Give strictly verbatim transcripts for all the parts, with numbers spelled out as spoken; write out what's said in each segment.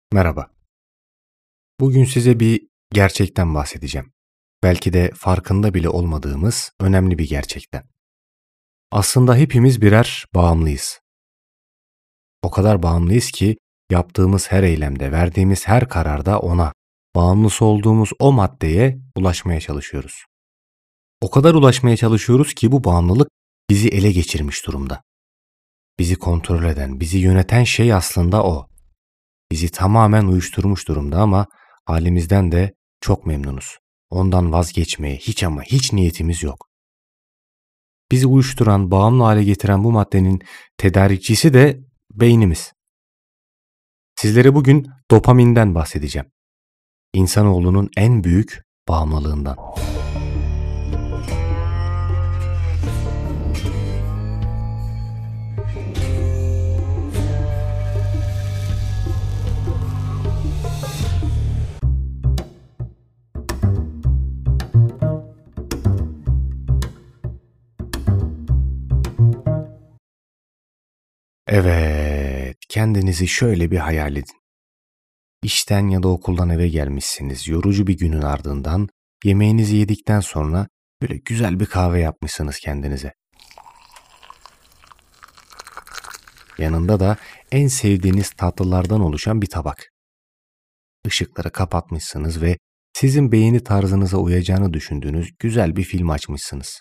Merhaba. Bugün size bir gerçekten bahsedeceğim. Belki de farkında bile olmadığımız önemli bir gerçekten. Aslında hepimiz birer bağımlıyız. O kadar bağımlıyız ki yaptığımız her eylemde, verdiğimiz her kararda ona, bağımlısı olduğumuz o maddeye ulaşmaya çalışıyoruz. O kadar ulaşmaya çalışıyoruz ki bu bağımlılık bizi ele geçirmiş durumda. Bizi kontrol eden, bizi yöneten şey aslında o. Bizi tamamen uyuşturmuş durumda ama halimizden de çok memnunuz. Ondan vazgeçmeye hiç ama hiç niyetimiz yok. Bizi uyuşturan, bağımlı hale getiren bu maddenin tedarikçisi de beynimiz. Sizlere bugün dopaminden bahsedeceğim. İnsanoğlunun en büyük bağımlılığından. Evet, kendinizi şöyle bir hayal edin. İşten ya da okuldan eve gelmişsiniz. Yorucu bir günün ardından yemeğinizi yedikten sonra böyle güzel bir kahve yapmışsınız kendinize. Yanında da en sevdiğiniz tatlılardan oluşan bir tabak. Işıkları kapatmışsınız ve sizin beğeni tarzınıza uyacağını düşündüğünüz güzel bir film açmışsınız.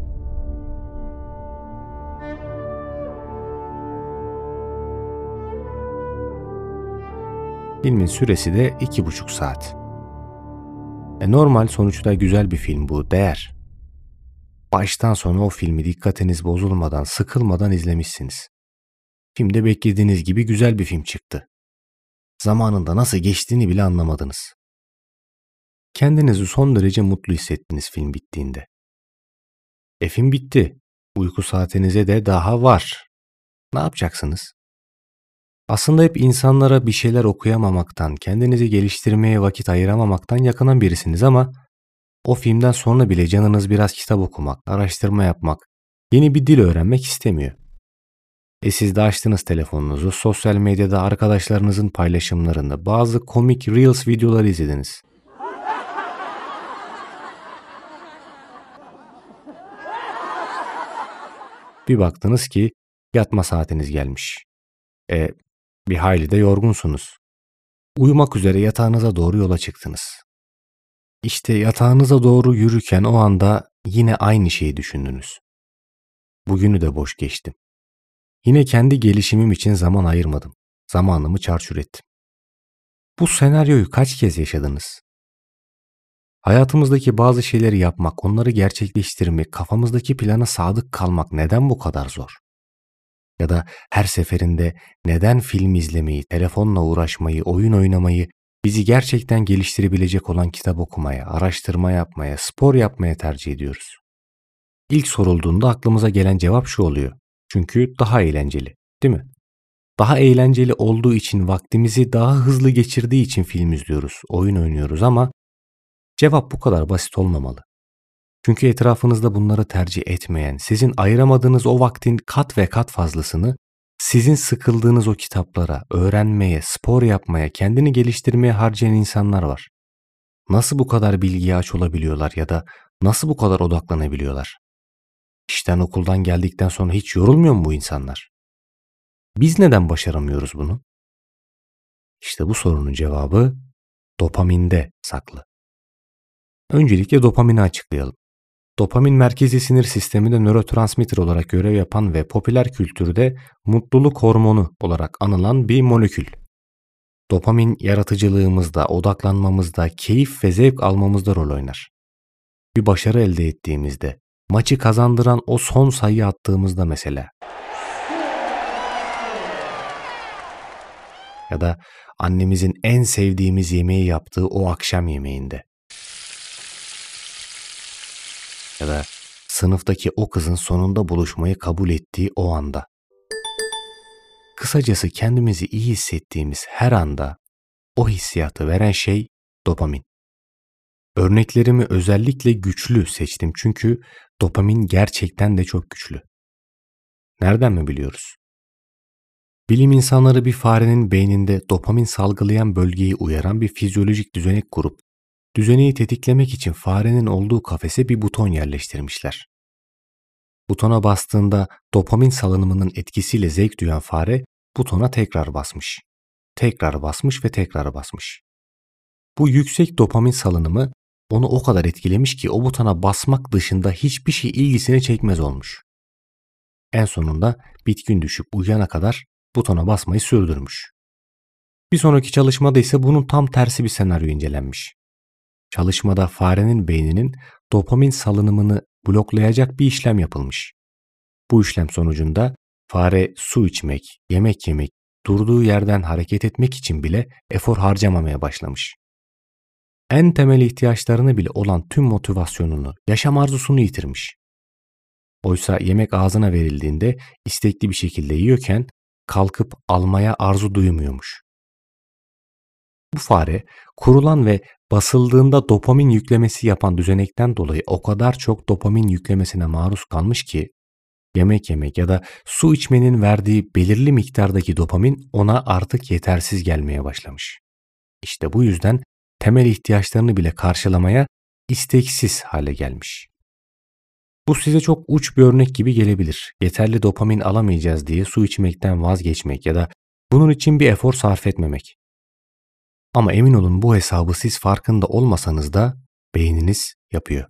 Filmin süresi de iki buçuk saat. E normal sonuçta güzel bir film bu, değer. Baştan sona o filmi dikkatiniz bozulmadan, sıkılmadan izlemişsiniz. Filmde beklediğiniz gibi güzel bir film çıktı. Zamanında nasıl geçtiğini bile anlamadınız. Kendinizi son derece mutlu hissettiniz film bittiğinde. E film bitti. Uyku saatinize de daha var. Ne yapacaksınız? Aslında hep insanlara bir şeyler okuyamamaktan, kendinizi geliştirmeye vakit ayıramamaktan yakınan birisiniz ama o filmden sonra bile canınız biraz kitap okumak, araştırma yapmak, yeni bir dil öğrenmek istemiyor. E siz de açtınız telefonunuzu, sosyal medyada arkadaşlarınızın paylaşımlarında bazı komik Reels videoları izlediniz. Bir baktınız ki yatma saatiniz gelmiş. E bir hayli de yorgunsunuz. Uyumak üzere yatağınıza doğru yola çıktınız. İşte yatağınıza doğru yürürken o anda yine aynı şeyi düşündünüz. Bugünü de boş geçtim. Yine kendi gelişimim için zaman ayırmadım. Zamanımı çarçur ettim. Bu senaryoyu kaç kez yaşadınız? Hayatımızdaki bazı şeyleri yapmak, onları gerçekleştirmek, kafamızdaki plana sadık kalmak neden bu kadar zor? Ya da her seferinde neden film izlemeyi, telefonla uğraşmayı, oyun oynamayı, bizi gerçekten geliştirebilecek olan kitap okumaya, araştırma yapmaya, spor yapmaya tercih ediyoruz? İlk sorulduğunda aklımıza gelen cevap şu oluyor. Çünkü daha eğlenceli, değil mi? Daha eğlenceli olduğu için, vaktimizi daha hızlı geçirdiği için film izliyoruz, oyun oynuyoruz ama cevap bu kadar basit olmamalı. Çünkü etrafınızda bunları tercih etmeyen, sizin ayıramadığınız o vaktin kat ve kat fazlasını sizin sıkıldığınız o kitaplara, öğrenmeye, spor yapmaya, kendini geliştirmeye harcayan insanlar var. Nasıl bu kadar bilgiye aç olabiliyorlar ya da nasıl bu kadar odaklanabiliyorlar? İşten okuldan geldikten sonra hiç yorulmuyor mu bu insanlar? Biz neden başaramıyoruz bunu? İşte bu sorunun cevabı dopaminde saklı. Öncelikle dopamini açıklayalım. Dopamin merkezi sinir sisteminde nörotransmitter olarak görev yapan ve popüler kültürde mutluluk hormonu olarak anılan bir molekül. Dopamin yaratıcılığımızda, odaklanmamızda, keyif ve zevk almamızda rol oynar. Bir başarı elde ettiğimizde, maçı kazandıran o son sayıyı attığımızda mesela. Ya da annemizin en sevdiğimiz yemeği yaptığı o akşam yemeğinde. Ya da sınıftaki o kızın sonunda buluşmayı kabul ettiği o anda. Kısacası kendimizi iyi hissettiğimiz her anda o hissiyatı veren şey dopamin. Örneklerimi özellikle güçlü seçtim çünkü dopamin gerçekten de çok güçlü. Nereden mi biliyoruz? Bilim insanları bir farenin beyninde dopamin salgılayan bölgeyi uyaran bir fizyolojik düzenek kurup, düzeneyi tetiklemek için farenin olduğu kafese bir buton yerleştirmişler. Butona bastığında dopamin salınımının etkisiyle zevk duyan fare butona tekrar basmış. Tekrar basmış ve tekrar basmış. Bu yüksek dopamin salınımı onu o kadar etkilemiş ki o butona basmak dışında hiçbir şey ilgisini çekmez olmuş. En sonunda bitkin düşüp uyuyana kadar butona basmayı sürdürmüş. Bir sonraki çalışmada ise bunun tam tersi bir senaryo incelenmiş. Çalışmada farenin beyninin dopamin salınımını bloklayacak bir işlem yapılmış. Bu işlem sonucunda fare su içmek, yemek yemek, durduğu yerden hareket etmek için bile efor harcamamaya başlamış. En temel ihtiyaçlarını bile olan tüm motivasyonunu, yaşam arzusunu yitirmiş. Oysa yemek ağzına verildiğinde istekli bir şekilde yiyorken kalkıp almaya arzu duymuyormuş. Bu fare kurulan ve basıldığında dopamin yüklemesi yapan düzenekten dolayı o kadar çok dopamin yüklemesine maruz kalmış ki yemek yemek ya da su içmenin verdiği belirli miktardaki dopamin ona artık yetersiz gelmeye başlamış. İşte bu yüzden temel ihtiyaçlarını bile karşılamaya isteksiz hale gelmiş. Bu size çok uç bir örnek gibi gelebilir. Yeterli dopamin alamayacağız diye su içmekten vazgeçmek ya da bunun için bir efor sarf etmemek. Ama emin olun bu hesabı siz farkında olmasanız da beyniniz yapıyor.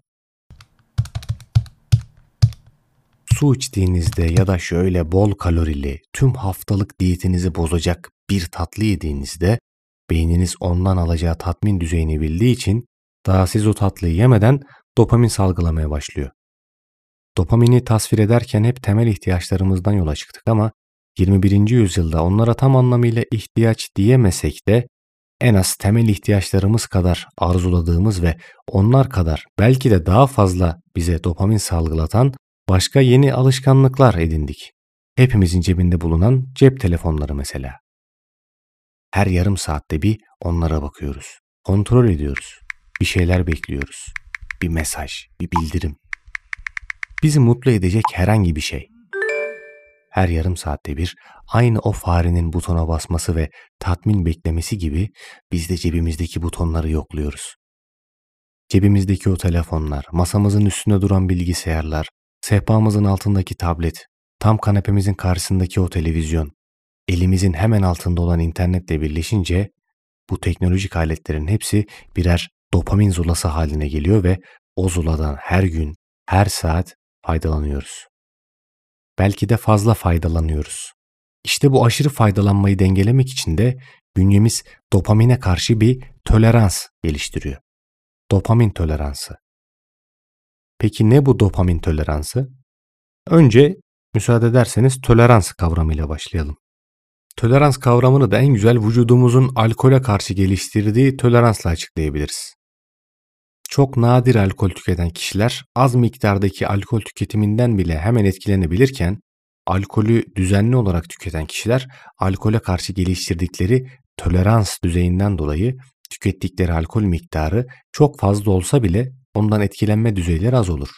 Su içtiğinizde ya da şöyle bol kalorili, tüm haftalık diyetinizi bozacak bir tatlı yediğinizde beyniniz ondan alacağı tatmin düzeyini bildiği için daha siz o tatlıyı yemeden dopamin salgılamaya başlıyor. Dopamini tasvir ederken hep temel ihtiyaçlarımızdan yola çıktık ama yirmi birinci yüzyılda onlara tam anlamıyla ihtiyaç diyemesek de en az temel ihtiyaçlarımız kadar arzuladığımız ve onlar kadar belki de daha fazla bize dopamin salgılatan başka yeni alışkanlıklar edindik. Hepimizin cebinde bulunan cep telefonları mesela. Her yarım saatte bir onlara bakıyoruz. Kontrol ediyoruz. Bir şeyler bekliyoruz. Bir mesaj, bir bildirim. Bizi mutlu edecek herhangi bir şey. Her yarım saatte bir aynı o farenin butona basması ve tatmin beklemesi gibi biz de cebimizdeki butonları yokluyoruz. Cebimizdeki o telefonlar, masamızın üstünde duran bilgisayarlar, sehpamızın altındaki tablet, tam kanepemizin karşısındaki o televizyon, elimizin hemen altında olan internetle birleşince bu teknolojik aletlerin hepsi birer dopamin zulası haline geliyor ve o zuladan her gün, her saat faydalanıyoruz. Belki de fazla faydalanıyoruz. İşte bu aşırı faydalanmayı dengelemek için de bünyemiz dopamine karşı bir tolerans geliştiriyor. Dopamin toleransı. Peki ne bu dopamin toleransı? Önce müsaade ederseniz tolerans kavramıyla başlayalım. Tolerans kavramını da en güzel vücudumuzun alkole karşı geliştirdiği toleransla açıklayabiliriz. Çok nadir alkol tüketen kişiler az miktardaki alkol tüketiminden bile hemen etkilenebilirken, alkolü düzenli olarak tüketen kişiler alkole karşı geliştirdikleri tolerans düzeyinden dolayı tükettikleri alkol miktarı çok fazla olsa bile ondan etkilenme düzeyleri az olur.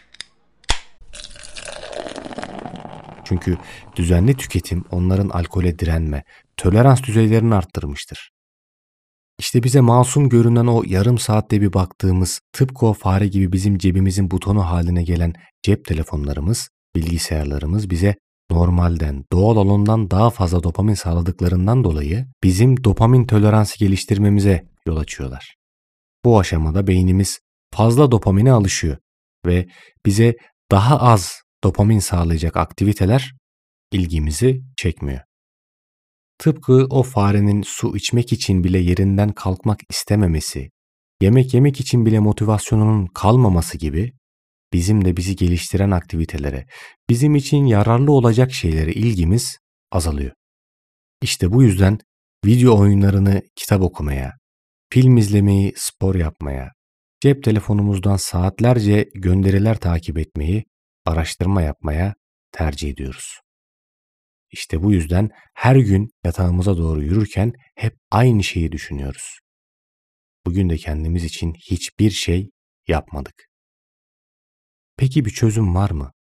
Çünkü düzenli tüketim onların alkole direnme, tolerans düzeylerini arttırmıştır. İşte bize masum görünen o yarım saatte bir baktığımız, tıpkı o fare gibi bizim cebimizin butonu haline gelen cep telefonlarımız, bilgisayarlarımız bize normalden, doğal olandan daha fazla dopamin sağladıklarından dolayı bizim dopamin toleransı geliştirmemize yol açıyorlar. Bu aşamada beynimiz fazla dopamine alışıyor ve bize daha az dopamin sağlayacak aktiviteler ilgimizi çekmiyor. Tıpkı o farenin su içmek için bile yerinden kalkmak istememesi, yemek yemek için bile motivasyonunun kalmaması gibi bizim de bizi geliştiren aktivitelere, bizim için yararlı olacak şeylere ilgimiz azalıyor. İşte bu yüzden video oyunlarını kitap okumaya, film izlemeyi spor yapmaya, cep telefonumuzdan saatlerce gönderiler takip etmeyi, araştırma yapmaya tercih ediyoruz. İşte bu yüzden her gün yatağımıza doğru yürürken hep aynı şeyi düşünüyoruz. Bugün de kendimiz için hiçbir şey yapmadık. Peki bir çözüm var mı?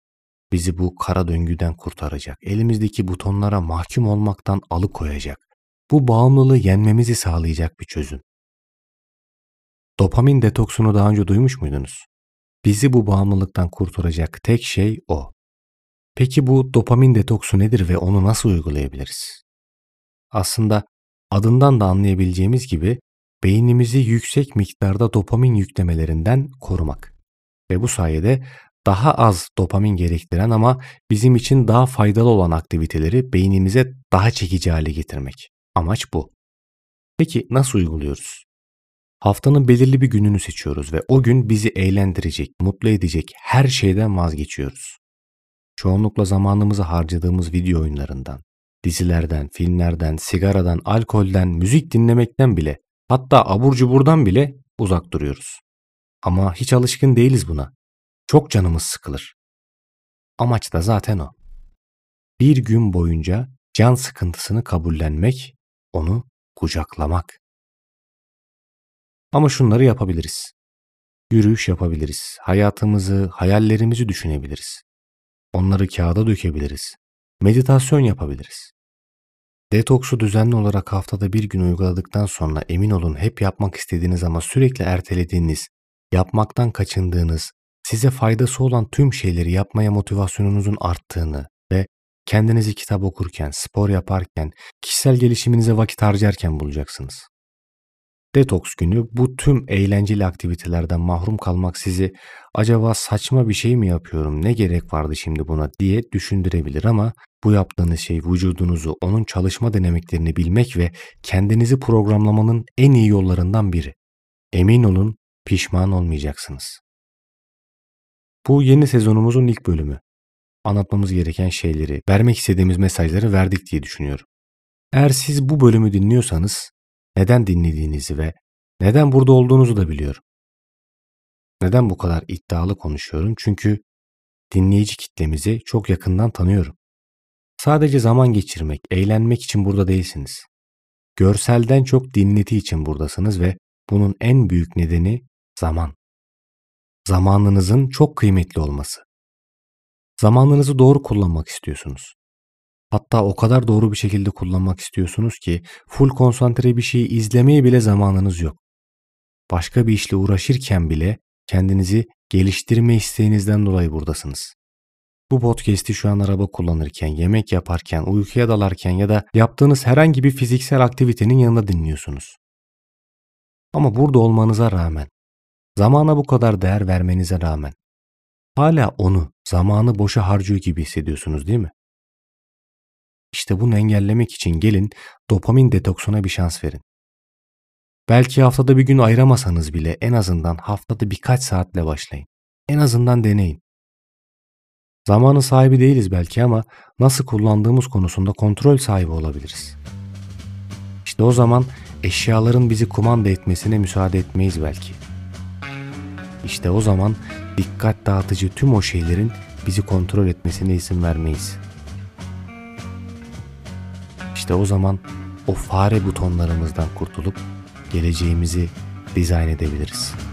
bizi bu kara döngüden kurtaracak, elimizdeki butonlara mahkum olmaktan alıkoyacak, bu bağımlılığı yenmemizi sağlayacak bir çözüm. Dopamin detoksunu daha önce duymuş muydunuz? Bizi bu bağımlılıktan kurtaracak tek şey o. Peki bu dopamin detoksu nedir ve onu nasıl uygulayabiliriz? Aslında adından da anlayabileceğimiz gibi beynimizi yüksek miktarda dopamin yüklemelerinden korumak ve bu sayede daha az dopamin gerektiren ama bizim için daha faydalı olan aktiviteleri beynimize daha çekici hale getirmek. Amaç bu. Peki nasıl uyguluyoruz? Haftanın belirli bir gününü seçiyoruz ve o gün bizi eğlendirecek, mutlu edecek her şeyden vazgeçiyoruz. Çoğunlukla zamanımızı harcadığımız video oyunlarından, dizilerden, filmlerden, sigaradan, alkolden, müzik dinlemekten bile, hatta abur cuburdan bile uzak duruyoruz. Ama hiç alışkın değiliz buna. Çok canımız sıkılır. Amaç da zaten o. Bir gün boyunca can sıkıntısını kabullenmek, onu kucaklamak. Ama şunları yapabiliriz. Yürüyüş yapabiliriz. Hayatımızı, hayallerimizi düşünebiliriz. Onları kağıda dökebiliriz. Meditasyon yapabiliriz. Detoksu düzenli olarak haftada bir gün uyguladıktan sonra emin olun hep yapmak istediğiniz ama sürekli ertelediğiniz, yapmaktan kaçındığınız, size faydası olan tüm şeyleri yapmaya motivasyonunuzun arttığını ve kendinizi kitap okurken, spor yaparken, kişisel gelişiminize vakit harcarken bulacaksınız. Detoks günü bu tüm eğlenceli aktivitelerden mahrum kalmak sizi acaba saçma bir şey mi yapıyorum, ne gerek vardı şimdi buna diye düşündürebilir ama bu yaptığınız şey vücudunuzu, onun çalışma dinamiklerini bilmek ve kendinizi programlamanın en iyi yollarından biri. Emin olun pişman olmayacaksınız. Bu yeni sezonumuzun ilk bölümü. Anlatmamız gereken şeyleri, vermek istediğimiz mesajları verdik diye düşünüyorum. Eğer siz bu bölümü dinliyorsanız neden dinlediğinizi ve neden burada olduğunuzu da biliyorum. Neden bu kadar iddialı konuşuyorum? Çünkü dinleyici kitlemizi çok yakından tanıyorum. Sadece zaman geçirmek, eğlenmek için burada değilsiniz. Görselden çok dinleti için buradasınız ve bunun en büyük nedeni zaman. Zamanınızın çok kıymetli olması. Zamanınızı doğru kullanmak istiyorsunuz. Hatta o kadar doğru bir şekilde kullanmak istiyorsunuz ki full konsantre bir şeyi izlemeye bile zamanınız yok. Başka bir işle uğraşırken bile kendinizi geliştirme isteğinizden dolayı buradasınız. Bu podcast'i şu an araba kullanırken, yemek yaparken, uykuya dalarken ya da yaptığınız herhangi bir fiziksel aktivitenin yanında dinliyorsunuz. Ama burada olmanıza rağmen, zamana bu kadar değer vermenize rağmen, hala onu, zamanı boşa harcıyor gibi hissediyorsunuz değil mi? İşte bunu engellemek için gelin dopamin detoksuna bir şans verin. Belki haftada bir gün ayıramasanız bile en azından haftada birkaç saatle başlayın. En azından deneyin. Zamanın sahibi değiliz belki ama nasıl kullandığımız konusunda kontrol sahibi olabiliriz. İşte o zaman eşyaların bizi kumanda etmesine müsaade etmeyiz belki. İşte o zaman dikkat dağıtıcı tüm o şeylerin bizi kontrol etmesine izin vermeyiz. İşte o zaman o fare butonlarımızdan kurtulup geleceğimizi dizayn edebiliriz.